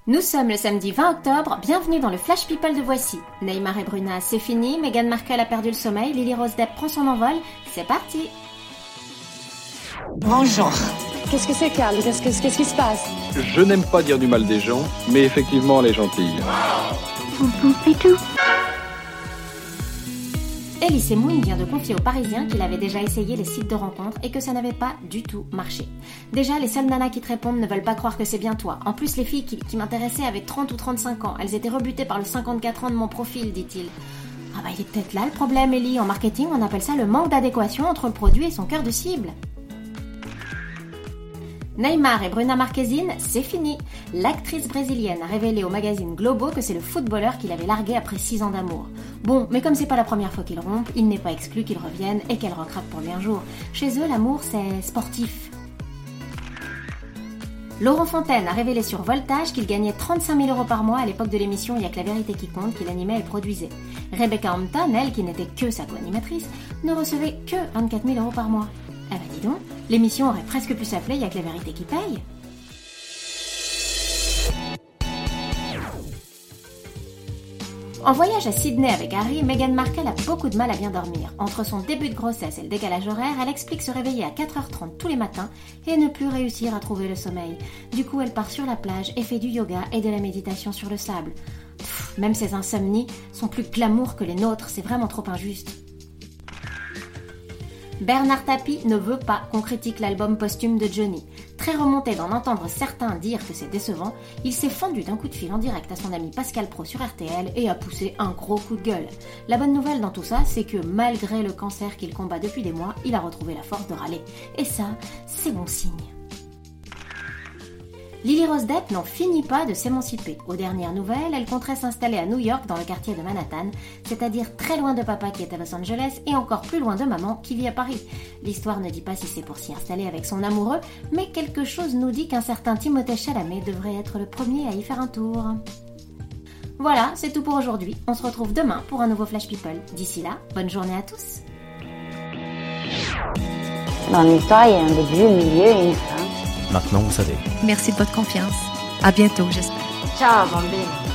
Nous sommes le samedi 20 octobre, bienvenue dans le Flash People de Voici. Neymar et Bruna, c'est fini, Meghan Markle a perdu le sommeil, Lily Rose Depp prend son envol, c'est parti. Bonjour. Qu'est-ce que c'est, Carl ? Qu'est-ce qui se passe ? Je n'aime pas dire du mal des gens, mais effectivement, elle est gentille. Elise Moon vient de confier aux Parisiens qu'il avait déjà essayé les sites de rencontres et que ça n'avait pas du tout marché. Déjà, les seules nanas qui te répondent ne veulent pas croire que c'est bien toi. En plus, les filles qui m'intéressaient avaient 30 ou 35 ans. Elles étaient rebutées par le 54 ans de mon profil, dit-il. Ah bah il est peut-être là le problème, Ellie. En marketing, on appelle ça le manque d'adéquation entre le produit et son cœur de cible. Neymar et Bruna Marquezine, c'est fini. L'actrice brésilienne a révélé au magazine Globo que c'est le footballeur qui l'avait largué après 6 ans d'amour. Bon, mais comme c'est pas la première fois qu'ils rompent, il n'est pas exclu qu'ils reviennent et qu'elle recraque pour lui un jour. Chez eux, l'amour, c'est sportif. Laurent Fontaine a révélé sur Voltage qu'il gagnait 35 000 € par mois à l'époque de l'émission Il y a que la vérité qui compte qu'il animait et produisait. Rebecca Hampton, elle, qui n'était que sa co-animatrice, ne recevait que 24 000 € par mois. Eh ben dis donc, l'émission aurait presque pu s'appeler Il y a que la vérité qui paye. En voyage à Sydney avec Harry, Meghan Markle a beaucoup de mal à bien dormir. Entre son début de grossesse et le décalage horaire, elle explique se réveiller à 4h30 tous les matins et ne plus réussir à trouver le sommeil. Du coup, elle part sur la plage et fait du yoga et de la méditation sur le sable. Même ses insomnies sont plus glamour que les nôtres, c'est vraiment trop injuste. Bernard Tapie ne veut pas qu'on critique l'album posthume de Johnny. Très remonté d'en entendre certains dire que c'est décevant, il s'est fendu d'un coup de fil en direct à son ami Pascal Praud sur RTL et a poussé un gros coup de gueule. La bonne nouvelle dans tout ça, c'est que malgré le cancer qu'il combat depuis des mois, il a retrouvé la force de râler. Et ça, c'est bon signe. Lily Rose Depp n'en finit pas de s'émanciper. Aux dernières nouvelles, elle compterait s'installer à New York dans le quartier de Manhattan, c'est-à-dire très loin de papa qui est à Los Angeles et encore plus loin de maman qui vit à Paris. L'histoire ne dit pas si c'est pour s'y installer avec son amoureux, mais quelque chose nous dit qu'un certain Timothée Chalamet devrait être le premier à y faire un tour. Voilà, c'est tout pour aujourd'hui. On se retrouve demain pour un nouveau Flash People. D'ici là, bonne journée à tous. Dans l'histoire, il y a un début, un milieu et une fin. Maintenant, vous savez. Merci de votre confiance. À bientôt, j'espère. Ciao, bambine.